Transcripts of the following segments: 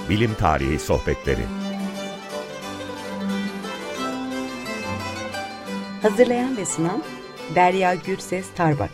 Bilim Tarihi Sohbetleri. Hazırlayan ve sunan Derya Gürses Tarbak.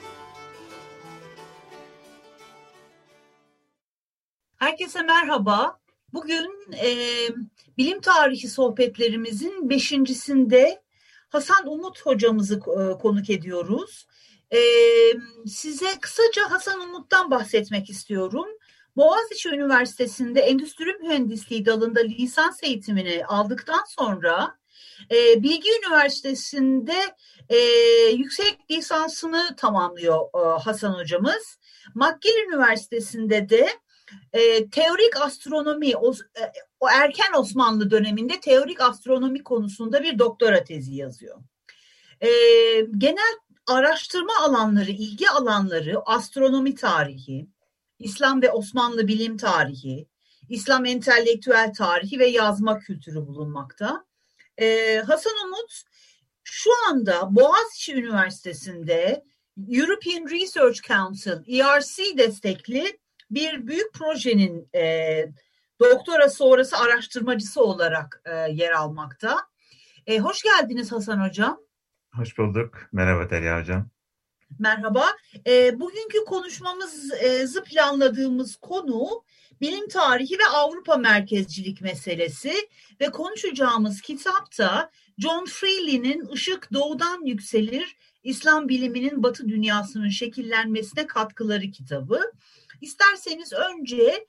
Herkese merhaba. Bugün bilim tarihi sohbetlerimizin 5.'sinde Hasan Umut hocamızı konuk ediyoruz. Size kısaca Hasan Umut'tan bahsetmek istiyorum. Boğaziçi Üniversitesi'nde Endüstri Mühendisliği dalında lisans eğitimini aldıktan sonra Bilgi Üniversitesi'nde yüksek lisansını tamamlıyor Hasan hocamız. McGill Üniversitesi'nde de teorik astronomi, o erken Osmanlı döneminde teorik astronomi konusunda bir doktora tezi yazıyor. Genel araştırma alanları, ilgi alanları astronomi tarihi, İslam ve Osmanlı bilim tarihi, İslam entelektüel tarihi ve yazma kültürü bulunmakta. Hasan Umut şu anda Boğaziçi Üniversitesi'nde European Research Council, ERC destekli bir büyük projenin doktora sonrası araştırmacısı olarak yer almakta. Hoş geldiniz Hasan Hocam. Hoş bulduk. Merhaba Derya Hocam. Merhaba. Bugünkü konuşmamızı planladığımız konu bilim tarihi ve Avrupa merkezcilik meselesi ve konuşacağımız kitap da John Freely'nin Işık Doğudan Yükselir, İslam biliminin Batı dünyasının şekillenmesine katkıları kitabı. İsterseniz önce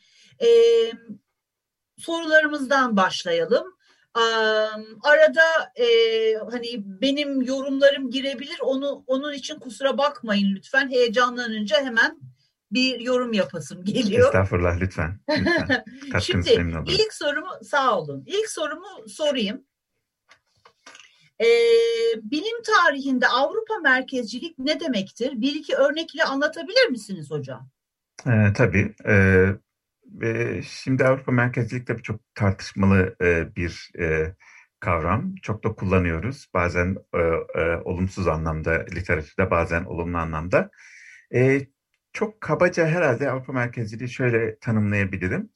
sorularımızdan başlayalım. Arada hani benim yorumlarım girebilir. Onun için kusura bakmayın lütfen. Heyecanlanınca hemen bir yorum yapasım geliyor. Estağfurullah lütfen. Şimdi ilk sorumu sağ olun. İlk sorumu sorayım. Bilim tarihinde Avrupa merkezcilik ne demektir? Bir iki örnekle anlatabilir misiniz hocam? Tabii. Şimdi Avrupa merkezcilik de çok tartışmalı bir kavram. Çok da kullanıyoruz. Bazen olumsuz anlamda literatürde, bazen olumlu anlamda. Çok kabaca herhalde Avrupa merkezciliği şöyle tanımlayabilirim.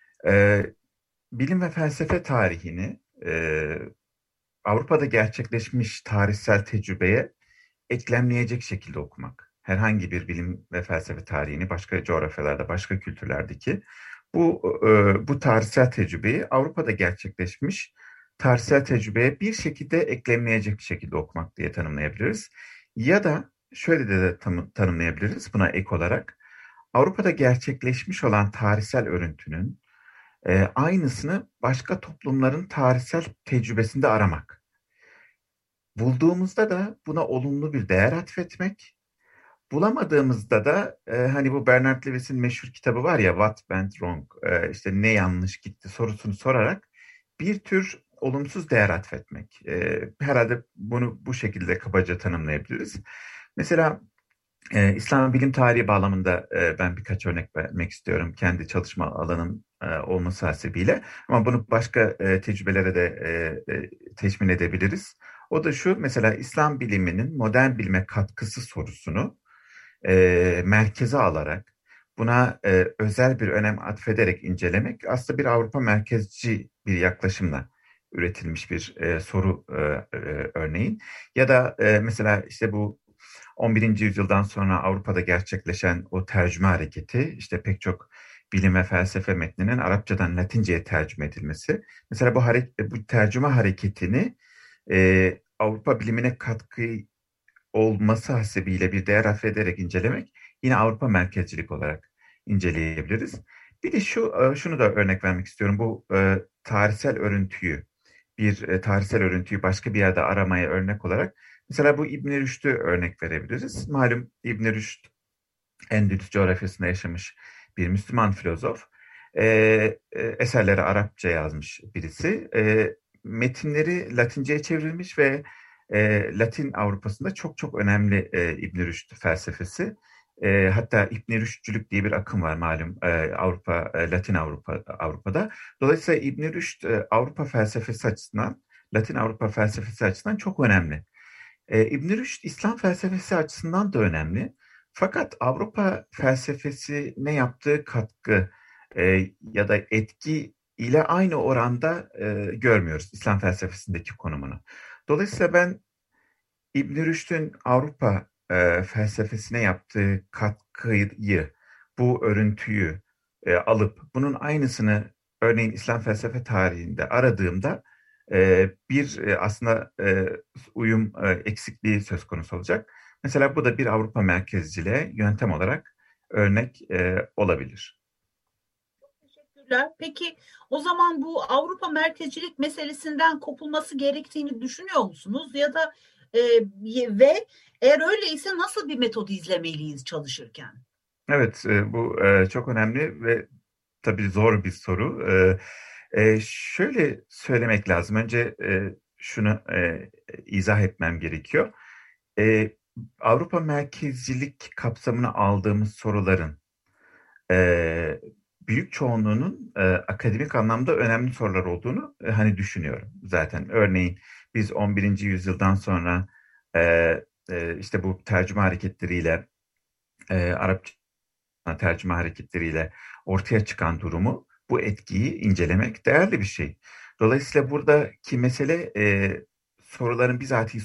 Bilim ve felsefe tarihini Avrupa'da gerçekleşmiş tarihsel tecrübeye eklemleyecek şekilde okumak. Herhangi bir bilim ve felsefe tarihini başka coğrafyalarda, başka kültürlerdeki bu tarihsel tecrübeyi Avrupa'da gerçekleşmiş tarihsel tecrübeye bir şekilde eklemleyecek şekilde okumak diye tanımlayabiliriz. Ya da şöyle de tanımlayabiliriz buna ek olarak. Avrupa'da gerçekleşmiş olan tarihsel örüntünün aynısını başka toplumların tarihsel tecrübesinde aramak. Bulduğumuzda da buna olumlu bir değer atfetmek. Bulamadığımızda da hani bu Bernard Lewis'in meşhur kitabı var ya What Went Wrong, işte ne yanlış gitti sorusunu sorarak bir tür olumsuz değer atfetmek. Herhalde bunu bu şekilde kabaca tanımlayabiliriz. Mesela İslam bilim tarihi bağlamında ben birkaç örnek vermek istiyorum kendi çalışma alanım olması hasebiyle. Ama bunu başka tecrübelere de teşmin edebiliriz. O da şu, mesela İslam biliminin modern bilime katkısı sorusunu merkeze alarak, buna özel bir önem atfederek incelemek aslında bir Avrupa merkezci bir yaklaşımla üretilmiş bir soru örneğin. Ya da mesela işte bu 11. yüzyıldan sonra Avrupa'da gerçekleşen o tercüme hareketi, işte pek çok bilim ve felsefe metninin Arapçadan Latince'ye tercüme edilmesi. Mesela bu tercüme hareketini Avrupa bilimine katkı olması hasebiyle bir değer atfederek incelemek yine Avrupa merkezcilik olarak inceleyebiliriz. Bir de şunu da örnek vermek istiyorum. Bu tarihsel örüntüyü başka bir yerde aramaya örnek olarak mesela bu İbn Rüşd'ü örnek verebiliriz. Malum İbn Rüşd Endülüs coğrafyasında yaşamış bir Müslüman filozof. Eserleri Arapça yazmış birisi. Metinleri Latince'ye çevrilmiş ve Latin Avrupa'sında çok çok önemli İbn Rüşd felsefesi. Hatta İbn Rüşdçülük diye bir akım var malum Latin Avrupa'da. Dolayısıyla İbn Rüşd Avrupa felsefesi açısından, Latin Avrupa felsefesi açısından çok önemli. İbn Rüşd İslam felsefesi açısından da önemli. Fakat Avrupa felsefesine yaptığı katkı ya da etki ile aynı oranda görmüyoruz İslam felsefesindeki konumunu. Dolayısıyla ben İbn Rüşd'ün Avrupa felsefesine yaptığı katkıyı, bu örüntüyü alıp bunun aynısını örneğin İslam felsefe tarihinde aradığımda aslında uyum eksikliği söz konusu olacak. Mesela bu da bir Avrupa merkezciliğe yöntem olarak örnek olabilir. Teşekkürler. Peki o zaman bu Avrupa merkezcilik meselesinden kopulması gerektiğini düşünüyor musunuz? Ya da ve eğer öyleyse nasıl bir metod izlemeliyiz çalışırken? Evet, bu çok önemli ve tabii zor bir soru. Şöyle söylemek lazım. Önce şunu izah etmem gerekiyor. E, Avrupa merkezcilik kapsamına aldığımız soruların e, büyük çoğunluğunun akademik anlamda önemli sorular olduğunu hani düşünüyorum zaten. Örneğin biz 11. yüzyıldan sonra e, işte bu tercüme hareketleriyle Arapça tercüme hareketleriyle ortaya çıkan durumu, bu etkiyi incelemek değerli bir şey. Dolayısıyla buradaki mesele bizatihi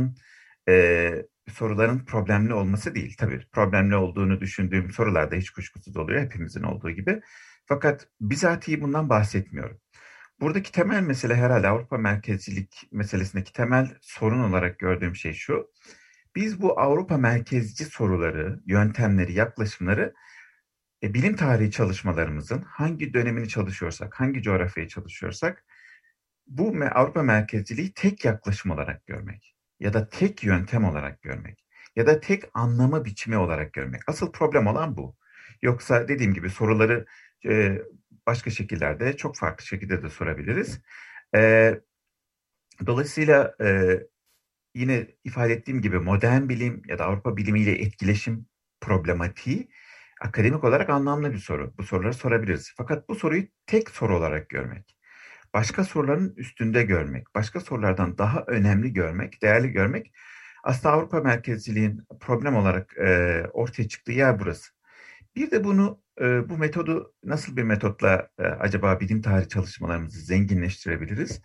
soruların problemli olması değil. Tabii problemli olduğunu düşündüğüm sorular da hiç kuşkusuz oluyor, hepimizin olduğu gibi. Fakat bizatihi bundan bahsetmiyorum. Buradaki temel mesele herhalde Avrupa merkezcilik meselesindeki temel sorun olarak gördüğüm şey şu. Biz bu Avrupa merkezci soruları, yöntemleri, yaklaşımları bilim tarihi çalışmalarımızın hangi dönemini çalışıyorsak, hangi coğrafyayı çalışıyorsak Avrupa merkezciliği tek yaklaşım olarak görmek ya da tek yöntem olarak görmek ya da tek anlama biçimi olarak görmek. Asıl problem olan bu. Yoksa dediğim gibi soruları e, başka şekillerde, çok farklı şekilde de sorabiliriz. E, Dolayısıyla yine ifade ettiğim gibi modern bilim ya da Avrupa bilimiyle etkileşim problematiği akademik olarak anlamlı bir soru. Bu soruları sorabiliriz. Fakat bu soruyu tek soru olarak görmek, başka soruların üstünde görmek, başka sorulardan daha önemli görmek, değerli görmek aslında Avrupa merkezciliğin problem olarak ortaya çıktığı yer burası. Bir de bu metodu nasıl bir metotla acaba bilim tarihi çalışmalarımızı zenginleştirebiliriz?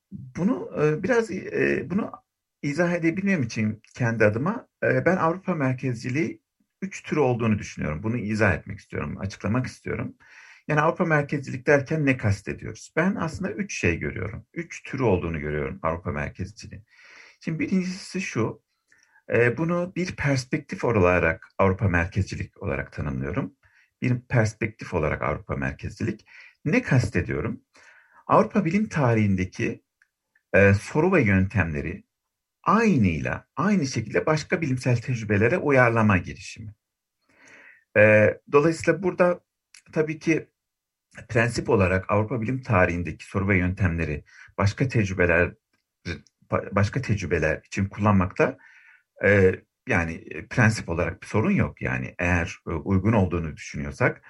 Bunu izah edebilmem için kendi adıma ben Avrupa merkezciliği üç tür olduğunu düşünüyorum. Bunu izah etmek istiyorum, açıklamak istiyorum. Yani Avrupa merkezcilik derken ne kastediyoruz? Ben aslında üç şey görüyorum. Üç türü olduğunu görüyorum Avrupa merkezciliği. Şimdi birincisi şu, bunu bir perspektif olarak Avrupa merkezcilik olarak tanımlıyorum. Bir perspektif olarak Avrupa merkezcilik. Ne kastediyorum? Avrupa bilim tarihindeki soru ve yöntemleri aynı şekilde başka bilimsel tecrübelere uyarlama girişimi. Dolayısıyla burada tabii ki prensip olarak Avrupa bilim tarihindeki soru ve yöntemleri başka tecrübeler başka tecrübeler için kullanmakta e, prensip olarak bir sorun yok. Yani eğer uygun olduğunu düşünüyorsak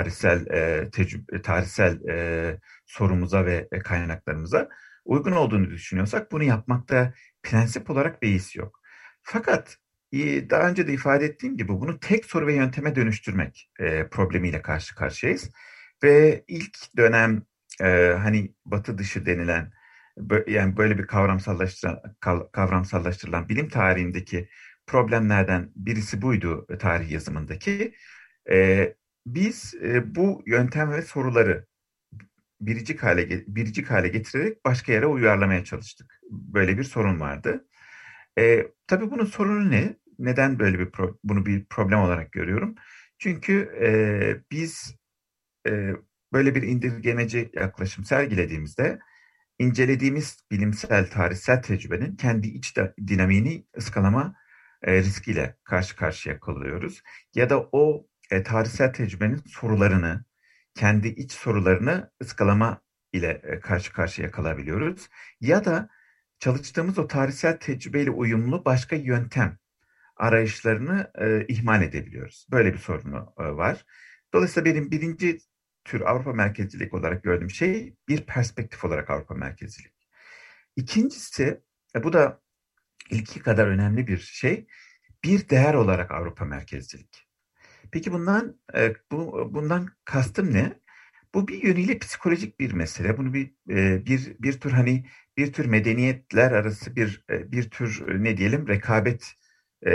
tarihsel sorumuza ve kaynaklarımıza uygun olduğunu düşünüyorsak bunu yapmakta prensip olarak beis yok. Fakat daha önce de ifade ettiğim gibi bunu tek soru ve yönteme dönüştürmek problemiyle karşı karşıyayız. Ve ilk dönem hani Batı dışı denilen yani böyle bir kavramsallaştırılan bilim tarihindeki problemlerden birisi buydu tarih yazımındaki. E, Biz bu yöntem ve soruları biricik hale getirerek başka yere uyarlamaya çalıştık. Böyle bir sorun vardı. Tabii bunun sorunu ne? Neden bunu bir problem olarak görüyorum? Çünkü biz böyle bir indirgemeci yaklaşım sergilediğimizde incelediğimiz bilimsel, tarihsel tecrübenin kendi dinamiğini ıskalama riskiyle karşı karşıya kalıyoruz. Ya da o tarihsel tecrübenin kendi iç sorularını ıskalama ile karşı karşıya kalabiliyoruz. Ya da çalıştığımız o tarihsel tecrübeyle uyumlu başka yöntem arayışlarını ihmal edebiliyoruz. Böyle bir sorunu var. Dolayısıyla benim birinci tür Avrupa merkezcilik olarak gördüğüm şey bir perspektif olarak Avrupa merkezcilik. İkincisi, bu da ilki kadar önemli bir şey, bir değer olarak Avrupa merkezcilik. Peki bundan kastım ne? Bu bir yönüyle psikolojik bir mesele. Bunu bir tür hani bir tür medeniyetler arası bir tür ne diyelim e,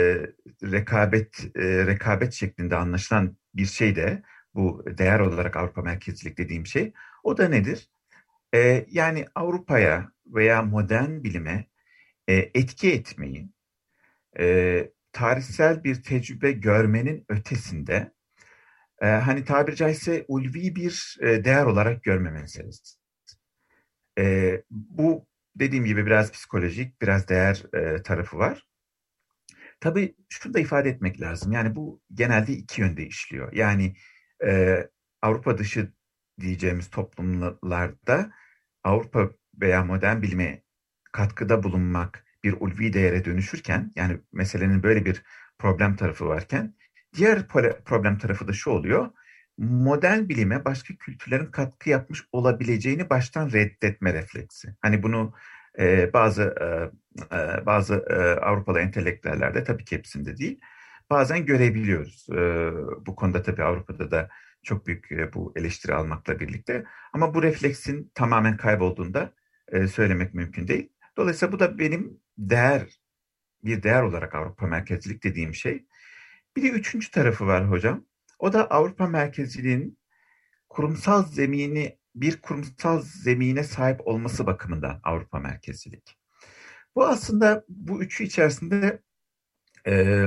rekabet şeklinde anlaşılan bir şey de bu değer olarak Avrupa merkezcilik dediğim şey. O da nedir? Yani Avrupa'ya veya modern bilime etki etmeyi, tarihsel bir tecrübe görmenin ötesinde hani tabiri caizse ulvi bir değer olarak görme meselesi. Bu dediğim gibi biraz psikolojik, biraz değer tarafı var. Tabii şunu da ifade etmek lazım. Yani bu genelde iki yönde işliyor. Yani e, Avrupa dışı diyeceğimiz toplumlarda Avrupa veya modern bilime katkıda bulunmak bir ulvi değere dönüşürken, yani meselenin böyle bir problem tarafı varken, diğer problem tarafı da şu oluyor. Modern bilime başka kültürlerin katkı yapmış olabileceğini baştan reddetme refleksi. Hani bunu bazı Avrupalı entelektüellerde, tabii ki hepsinde değil, bazen görebiliyoruz. Bu konuda tabii Avrupa'da da çok büyük bu eleştiri almakla birlikte. Ama bu refleksin tamamen kaybolduğunda söylemek mümkün değil. Dolayısıyla bu da benim bir değer olarak Avrupa merkezcilik dediğim şey. Bir de üçüncü tarafı var hocam. O da Avrupa merkezciliğin kurumsal zemine sahip olması bakımından Avrupa merkezcilik. Bu aslında bu üçü içerisinde e,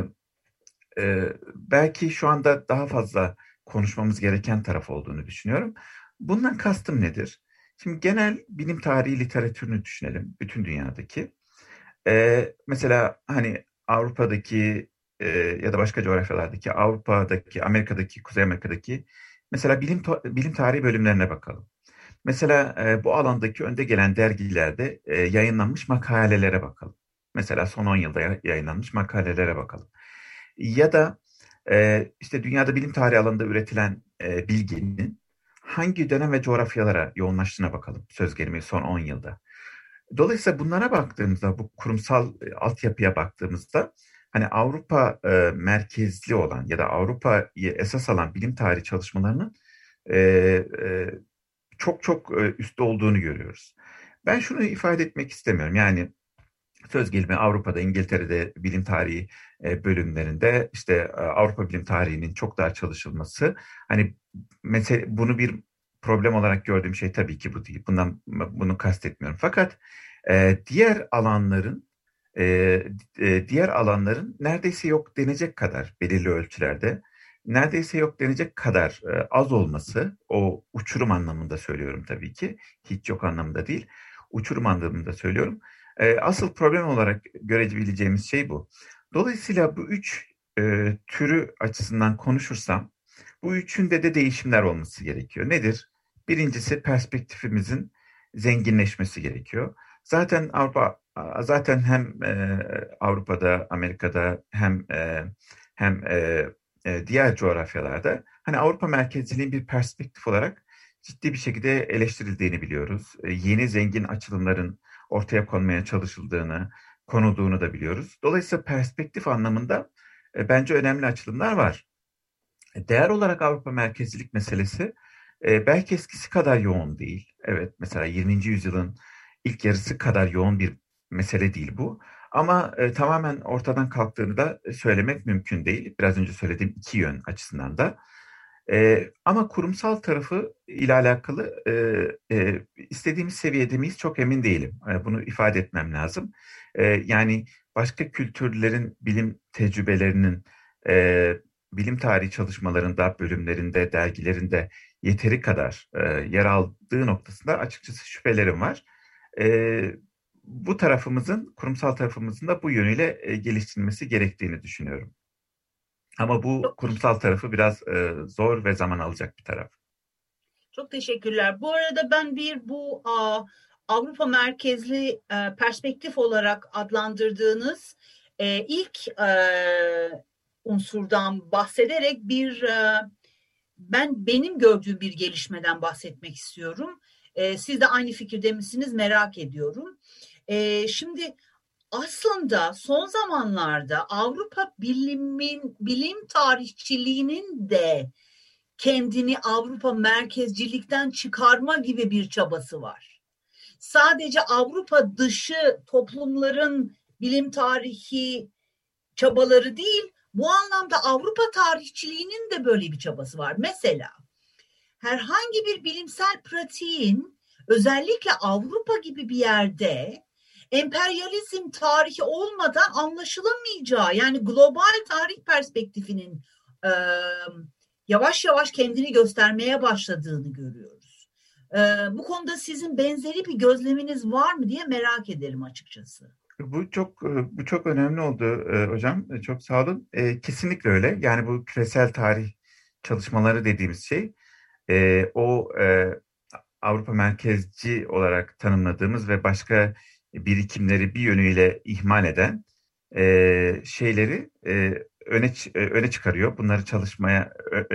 belki şu anda daha fazla konuşmamız gereken taraf olduğunu düşünüyorum. Bundan kastım nedir? Şimdi genel bilim tarihi literatürünü düşünelim, bütün dünyadaki. Mesela hani Avrupa'daki ya da başka coğrafyalardaki, Avrupa'daki, Amerika'daki, Kuzey Amerika'daki mesela bilim tarihi bölümlerine bakalım. Mesela bu alandaki önde gelen dergilerde yayınlanmış makalelere bakalım. Mesela son 10 yılda yayınlanmış makalelere bakalım. Ya da işte dünyada bilim tarihi alanında üretilen bilginin hangi dönem ve coğrafyalara yoğunlaştığına bakalım söz gelimi son 10 yılda. Dolayısıyla bunlara baktığımızda, bu kurumsal altyapıya baktığımızda hani Avrupa merkezli olan ya da Avrupa'yı esas alan bilim tarihi çalışmalarının e, e, çok çok üstte olduğunu görüyoruz. Ben şunu ifade etmek istemiyorum. Yani söz gelimi Avrupa'da, İngiltere'de bilim tarihi bölümlerinde işte Avrupa bilim tarihinin çok daha çalışılması, hani bunu bir problem olarak gördüğüm şey tabii ki bu değil. Bunu kastetmiyorum. Fakat diğer alanların e, diğer alanların neredeyse yok denecek kadar belirli ölçülerde, neredeyse yok denecek kadar az olması, o uçurum anlamında söylüyorum tabii ki, hiç yok anlamında değil, uçurum anlamında söylüyorum. Asıl problem olarak görebileceğimiz şey bu. Dolayısıyla bu üç türü açısından konuşursam, bu üçünde de değişimler olması gerekiyor. Nedir? Birincisi, perspektifimizin zenginleşmesi gerekiyor. Zaten hem Avrupa'da, Amerika'da hem diğer coğrafyalarda hani Avrupa merkezciliğin bir perspektif olarak ciddi bir şekilde eleştirildiğini biliyoruz. Yeni zengin açılımların ortaya konmaya konulduğunu da biliyoruz. Dolayısıyla perspektif anlamında bence önemli açılımlar var. Değer olarak Avrupa merkezcilik meselesi belki eskisi kadar yoğun değil. Evet, mesela 20. yüzyılın ilk yarısı kadar yoğun bir mesele değil bu. Ama tamamen ortadan kalktığını da söylemek mümkün değil. Biraz önce söylediğim iki yön açısından da. Ama kurumsal tarafı ile alakalı istediğimiz seviyede miyiz çok emin değilim. Bunu ifade etmem lazım. Yani başka kültürlerin bilim tecrübelerinin bilim tarihi çalışmalarında, bölümlerinde, dergilerinde yeteri kadar yer aldığı noktasında açıkçası şüphelerim var. E, Bu tarafımızın, kurumsal tarafımızın da bu yönüyle geliştirilmesi gerektiğini düşünüyorum. Ama bu Çok kurumsal tarafı biraz zor ve zaman alacak bir taraf. Çok teşekkürler. Bu arada ben bu Avrupa merkezli perspektif olarak adlandırdığınız ilk unsurdan bahsederek benim gördüğüm bir gelişmeden bahsetmek istiyorum. Siz de aynı fikirde misiniz merak ediyorum. Şimdi aslında son zamanlarda Avrupa bilim tarihçiliğinin de kendini Avrupa merkezcilikten çıkarma gibi bir çabası var. Sadece Avrupa dışı toplumların bilim tarihi çabaları değil, bu anlamda Avrupa tarihçiliğinin de böyle bir çabası var. Mesela herhangi bir bilimsel pratiğin özellikle Avrupa gibi bir yerde emperyalizm tarihi olmadan anlaşılamayacağı, yani global tarih perspektifinin e, yavaş yavaş kendini göstermeye başladığını görüyoruz. Bu konuda sizin benzeri bir gözleminiz var mı diye merak ederim açıkçası. Bu çok önemli oldu hocam. Çok sağ olun. Kesinlikle öyle. Yani bu küresel tarih çalışmaları dediğimiz şey o Avrupa merkezci olarak tanımladığımız ve başka birikimleri bir yönüyle ihmal eden şeyleri öne çıkarıyor. Bunları çalışmaya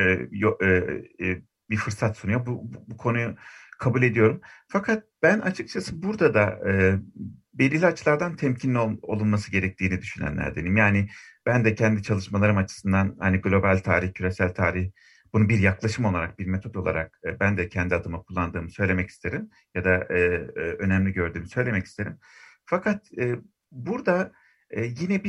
bir fırsat sunuyor. Bu konuyu kabul ediyorum. Fakat ben açıkçası burada da belirli açılardan temkinli olunması gerektiğini düşünenlerdenim. Yani ben de kendi çalışmalarım açısından hani global tarih, küresel tarih bunu bir yaklaşım olarak, bir metot olarak ben de kendi adıma kullandığımı söylemek isterim ya da önemli gördüğümü söylemek isterim. Fakat burada yine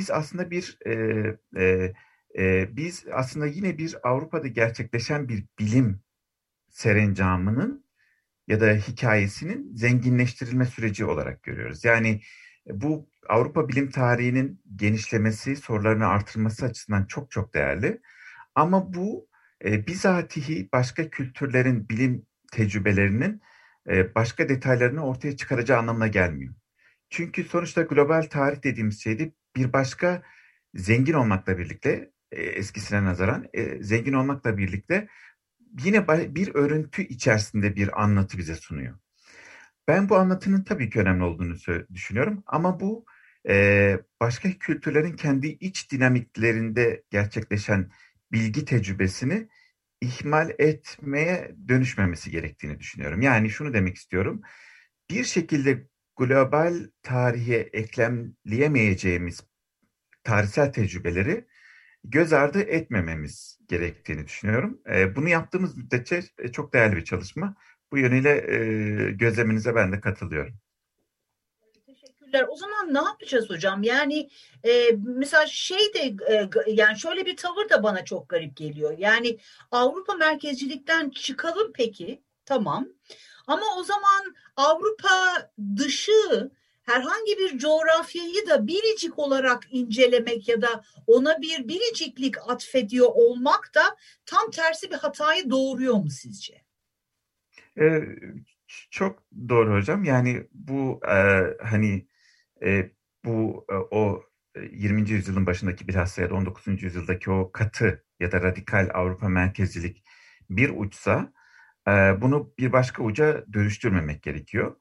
biz aslında yine bir Avrupa'da gerçekleşen bir bilim serencamının ya da hikayesinin zenginleştirilme süreci olarak görüyoruz. Yani bu Avrupa bilim tarihinin genişlemesi, sorularını artırması açısından çok çok değerli. Ama bu bizatihi başka kültürlerin bilim tecrübelerinin başka detaylarını ortaya çıkaracağı anlamına gelmiyor. Çünkü sonuçta global tarih dediğimiz şeyde bir başka zengin olmakla birlikte eskisine nazaran zengin olmakla birlikte yine bir örüntü içerisinde bir anlatı bize sunuyor. Ben bu anlatının tabii ki önemli olduğunu düşünüyorum ama bu başka kültürlerin kendi iç dinamiklerinde gerçekleşen bilgi tecrübesini ihmal etmeye dönüşmemesi gerektiğini düşünüyorum. Yani şunu demek istiyorum. Bir şekilde global tarihe eklemleyemeyeceğimiz tarihsel tecrübeleri göz ardı etmememiz gerektiğini düşünüyorum. Bunu yaptığımız müddetçe çok değerli bir çalışma. Bu yönüyle gözleminize ben de katılıyorum. Teşekkürler. O zaman ne yapacağız hocam? Yani mesela yani şöyle bir tavır da bana çok garip geliyor. Yani Avrupa merkezcilikten çıkalım peki. Tamam. Ama o zaman Avrupa dışı herhangi bir coğrafyayı da biricik olarak incelemek ya da ona bir biriciklik atfediyor olmak da tam tersi bir hatayı doğuruyor mu sizce? Ee, Çok doğru hocam. Yani bu hani e, o 20. yüzyılın başındaki bilhassa ya da 19. yüzyıldaki o katı ya da radikal Avrupa merkezcilik bir uçsa bunu bir başka uca dönüştürmemek gerekiyor.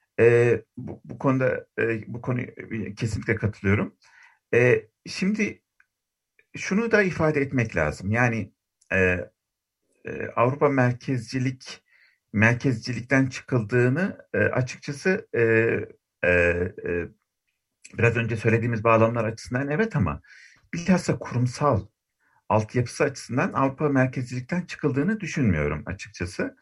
Bu konuda bu konuyu kesinlikle katılıyorum. Şimdi şunu da ifade etmek lazım. Yani e, Avrupa merkezcilikten çıkıldığını açıkçası e, e, biraz önce söylediğimiz bağlamlar açısından evet ama bilhassa kurumsal altyapısı açısından Avrupa merkezcilikten çıkıldığını düşünmüyorum açıkçası.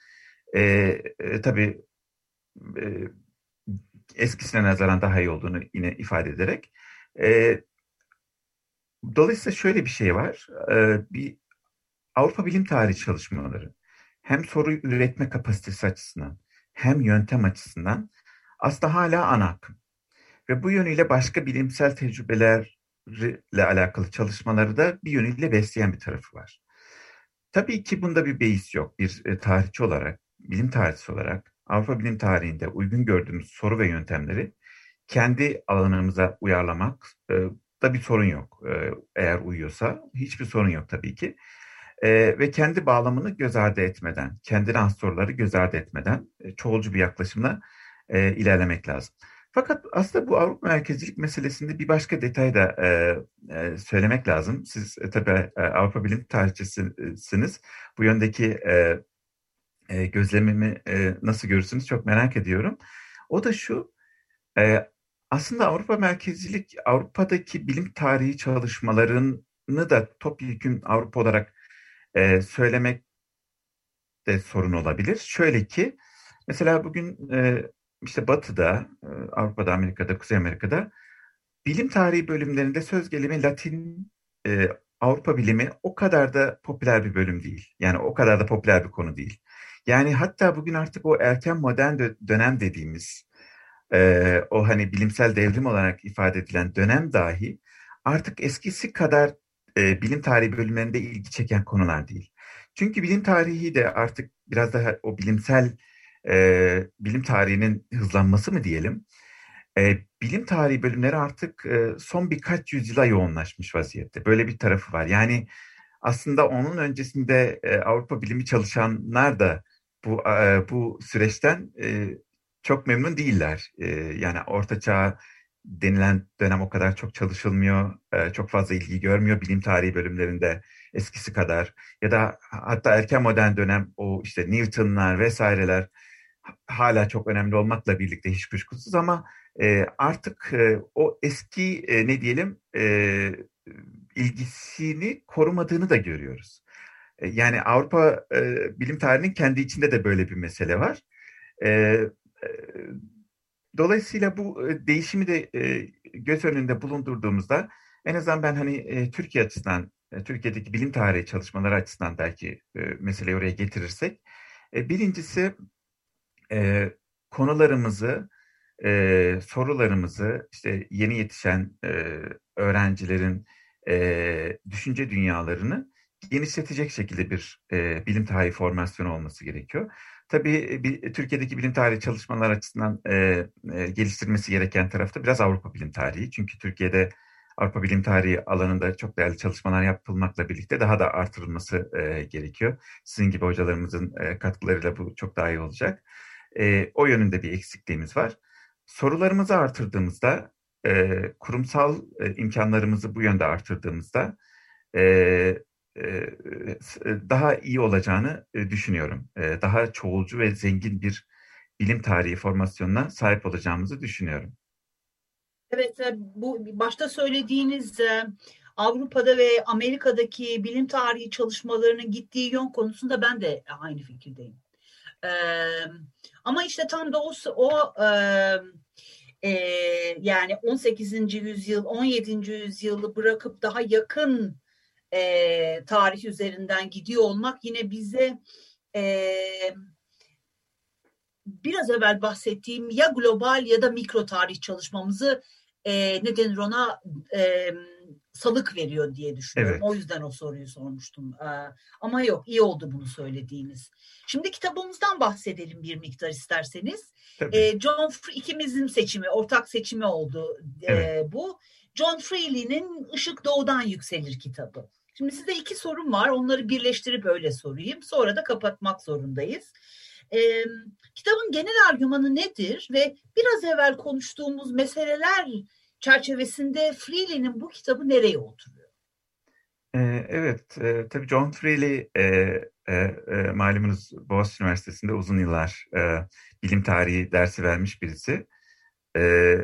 Tabii e, eskisine nazaran daha iyi olduğunu yine ifade ederek. E, Dolayısıyla şöyle bir şey var. Bir Avrupa bilim tarihi çalışmaları hem soru üretme kapasitesi açısından hem yöntem açısından aslında hala ana akım. Ve bu yönüyle başka bilimsel tecrübelerle alakalı çalışmaları da bir yönüyle besleyen bir tarafı var. Tabii ki bunda bir beis yok. Bir tarihçi olarak, bilim tarihçisi olarak Avrupa bilim tarihinde uygun gördüğümüz soru ve yöntemleri kendi alanımıza uyarlamak da bir sorun yok. Eğer uyuyorsa hiçbir sorun yok tabii ki. Ve kendi bağlamını göz ardı etmeden, kendine has soruları göz ardı etmeden çoğulcu bir yaklaşımla ilerlemek lazım. Fakat aslında bu Avrupa merkezcilik meselesinde bir başka detay da söylemek lazım. Siz tabii Avrupa bilim tarihçisiniz. Bu yöndeki gözlemimi nasıl görürsünüz çok merak ediyorum. O da şu, e, aslında Avrupa merkezcilik Avrupa'daki bilim tarihi çalışmalarını da topyekün Avrupa olarak söylemek de sorun olabilir. Şöyle ki mesela bugün işte Batı'da, Avrupa'da, Amerika'da, Kuzey Amerika'da bilim tarihi bölümlerinde söz gelimi Latin, Avrupa bilimi o kadar da popüler bir bölüm değil. Yani o kadar da popüler bir konu değil. Yani hatta bugün artık o erken modern dönem dediğimiz o hani bilimsel devrim olarak ifade edilen dönem dahi artık eskisi kadar bilim tarihi bölümlerinde ilgi çeken konular değil. Çünkü bilim tarihi de artık biraz daha o bilimsel bilim tarihinin hızlanması mı diyelim? Bilim tarihi bölümleri artık son birkaç yüzyıla yoğunlaşmış vaziyette. Böyle bir tarafı var. Yani aslında onun öncesinde Avrupa bilimi çalışanlar da bu süreçten çok memnun değiller. Yani Orta Çağ denilen dönem o kadar çok çalışılmıyor, çok fazla ilgi görmüyor bilim tarihi bölümlerinde eskisi kadar. Ya da hatta erken modern dönem o işte Newton'lar vesaireler hala çok önemli olmakla birlikte hiç kuşkusuz ama artık o eski ne diyelim ilgisini korumadığını da görüyoruz. Yani Avrupa bilim tarihinin kendi içinde de böyle bir mesele var. E, e, Dolayısıyla bu değişimi de göz önünde bulundurduğumuzda en azından ben hani Türkiye açısından, Türkiye'deki bilim tarihi çalışmaları açısından belki meseleyi oraya getirirsek, birincisi e, konularımızı, sorularımızı işte yeni yetişen öğrencilerin düşünce dünyalarını genişletecek şekilde bir bilim tarihi formasyonu olması gerekiyor. Tabii Türkiye'deki bilim tarihi çalışmalar açısından geliştirmesi gereken tarafta biraz Avrupa bilim tarihi. Çünkü Türkiye'de Avrupa bilim tarihi alanında çok değerli çalışmalar yapılmakla birlikte daha da artırılması gerekiyor. Sizin gibi hocalarımızın katkılarıyla bu çok daha iyi olacak. O yönünde bir eksikliğimiz var. Sorularımızı artırdığımızda, kurumsal imkanlarımızı bu yönde artırdığımızda e, e, daha iyi olacağını düşünüyorum. Daha çoğulcu ve zengin bir bilim tarihi formasyonuna sahip olacağımızı düşünüyorum. Evet, bu başta söylediğiniz Avrupa'da ve Amerika'daki bilim tarihi çalışmalarının gittiği yön konusunda ben de aynı fikirdeyim. E, Ama işte tam da e, yani 18. yüzyıl, 17. yüzyılı bırakıp daha yakın tarih üzerinden gidiyor olmak yine bize e, biraz evvel bahsettiğim ya global ya da mikro tarih çalışmamızı ne denir ona salık veriyor diye düşünüyorum. O Evet, yüzden o soruyu sormuştum. Ama yok, iyi oldu bunu söylediğiniz. Şimdi kitabımızdan bahsedelim bir miktar isterseniz. tabii. İkimizin seçimi, ortak seçimi oldu Evet. bu. John Freely'nin Işık Doğudan Yükselir kitabı. Şimdi size iki sorum var. Onları birleştirip öyle sorayım. Sonra da kapatmak zorundayız. E, Kitabın genel argümanı nedir ve biraz evvel konuştuğumuz meseleler çerçevesinde Freely'nin bu kitabı nereye oturuyor? Evet, tabii John Freely malumunuz Boğaziçi Üniversitesi'nde uzun yıllar bilim tarihi dersi vermiş birisi. E,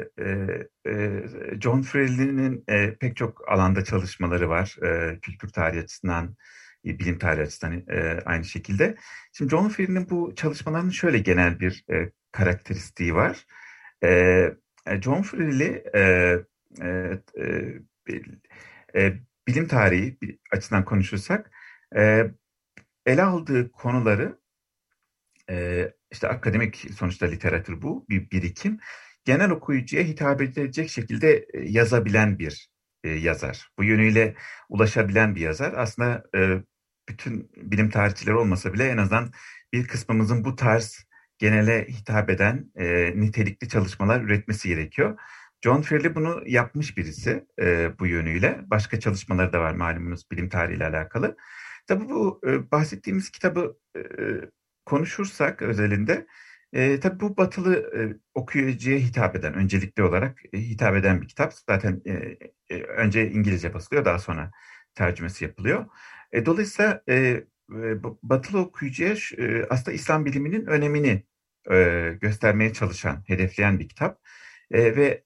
John Freely'nin pek çok alanda çalışmaları var. Kültür tarihi açısından, bilim tarihi açısından aynı şekilde. Şimdi John Freely'nin bu çalışmalarının şöyle genel bir karakteristiği var. E, John Freely e, e, bilim tarihi açısından konuşursak ele aldığı konuları işte akademik sonuçta literatür bu bir birikim genel okuyucuya hitap edecek şekilde yazabilen bir yazar. Bu yönüyle ulaşabilen bir yazar. Aslında bütün bilim tarihçileri olmasa bile en azından bir kısmımızın bu tarz genele hitap eden nitelikli çalışmalar üretmesi gerekiyor. John Freely bunu yapmış birisi bu yönüyle. Başka çalışmaları da var malumunuz bilim tarihiyle alakalı. Tabii bu bahsettiğimiz kitabı konuşursak özelinde tabii bu batılı okuyucuya hitap eden, öncelikli olarak hitap eden bir kitap. Zaten önce İngilizce basılıyor, daha sonra tercümesi yapılıyor. Dolayısıyla batılı okuyucuya aslında İslam biliminin önemini göstermeye çalışan, hedefleyen bir kitap. Ve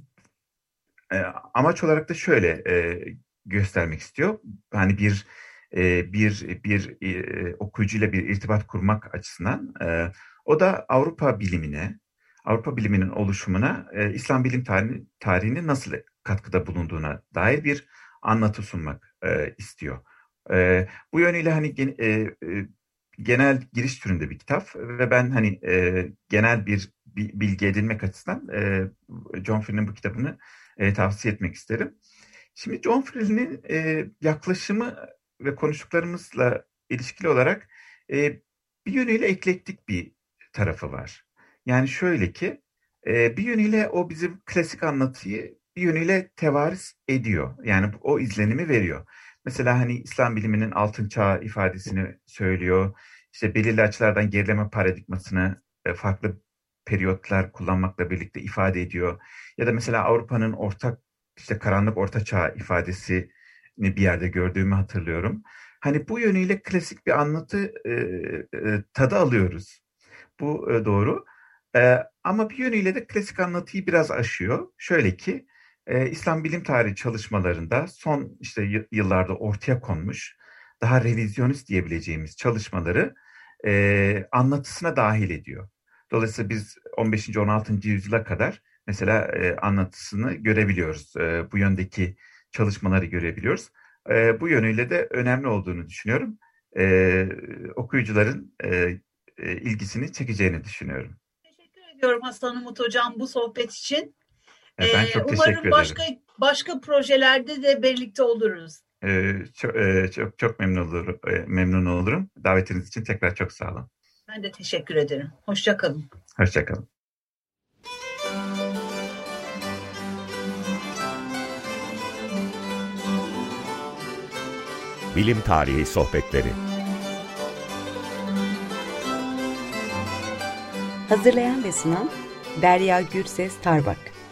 amaç olarak da şöyle göstermek istiyor. Hani bir bir okuyucuyla bir irtibat kurmak açısından o da Avrupa biliminin oluşumuna İslam bilim tarihinin nasıl katkıda bulunduğuna dair bir anlatı sunmak istiyor. Bu yönüyle hani genel giriş türünde bir kitap ve ben hani genel bir bilgi edinmek açısından John Frield'in bu kitabını tavsiye etmek isterim. Şimdi John Frield'in yaklaşımı ve konuştuklarımızla ilişkili olarak bir yönüyle eklektik bir tarafı var. Yani şöyle ki bir yönüyle o bizim klasik anlatıyı bir yönüyle tevaris ediyor. Yani o izlenimi veriyor. Mesela hani İslam biliminin altın çağı ifadesini söylüyor. İşte belirli açılardan gerileme paradigmasını farklı periyotlar kullanmakla birlikte ifade ediyor. Ya da mesela Avrupa'nın işte karanlık orta çağ ifadesini bir yerde gördüğümü hatırlıyorum. Hani bu yönüyle klasik bir anlatı tadı alıyoruz. Bu doğru. Ama bir yönüyle de klasik anlatıyı biraz aşıyor. Şöyle ki İslam bilim tarihi çalışmalarında son işte yıllarda ortaya konmuş daha revizyonist diyebileceğimiz çalışmaları anlatısına dahil ediyor. Dolayısıyla biz 15. 16. yüzyıla kadar mesela anlatısını görebiliyoruz. Bu yöndeki çalışmaları görebiliyoruz. Bu yönüyle de önemli olduğunu düşünüyorum. Okuyucuların ilgisini çekeceğini düşünüyorum. Teşekkür ediyorum Hasan Umut Hocam bu sohbet için. Ben çok teşekkür Umarım ederim. başka projelerde de birlikte oluruz. Çok memnun olurum. Davetiniz için tekrar çok sağ olun. Ben de teşekkür ederim. Hoşça kalın. Hoşça kalın. Bilim Tarihi Sohbetleri. Hazırlayan ve sunan Derya Gürses Tarbak.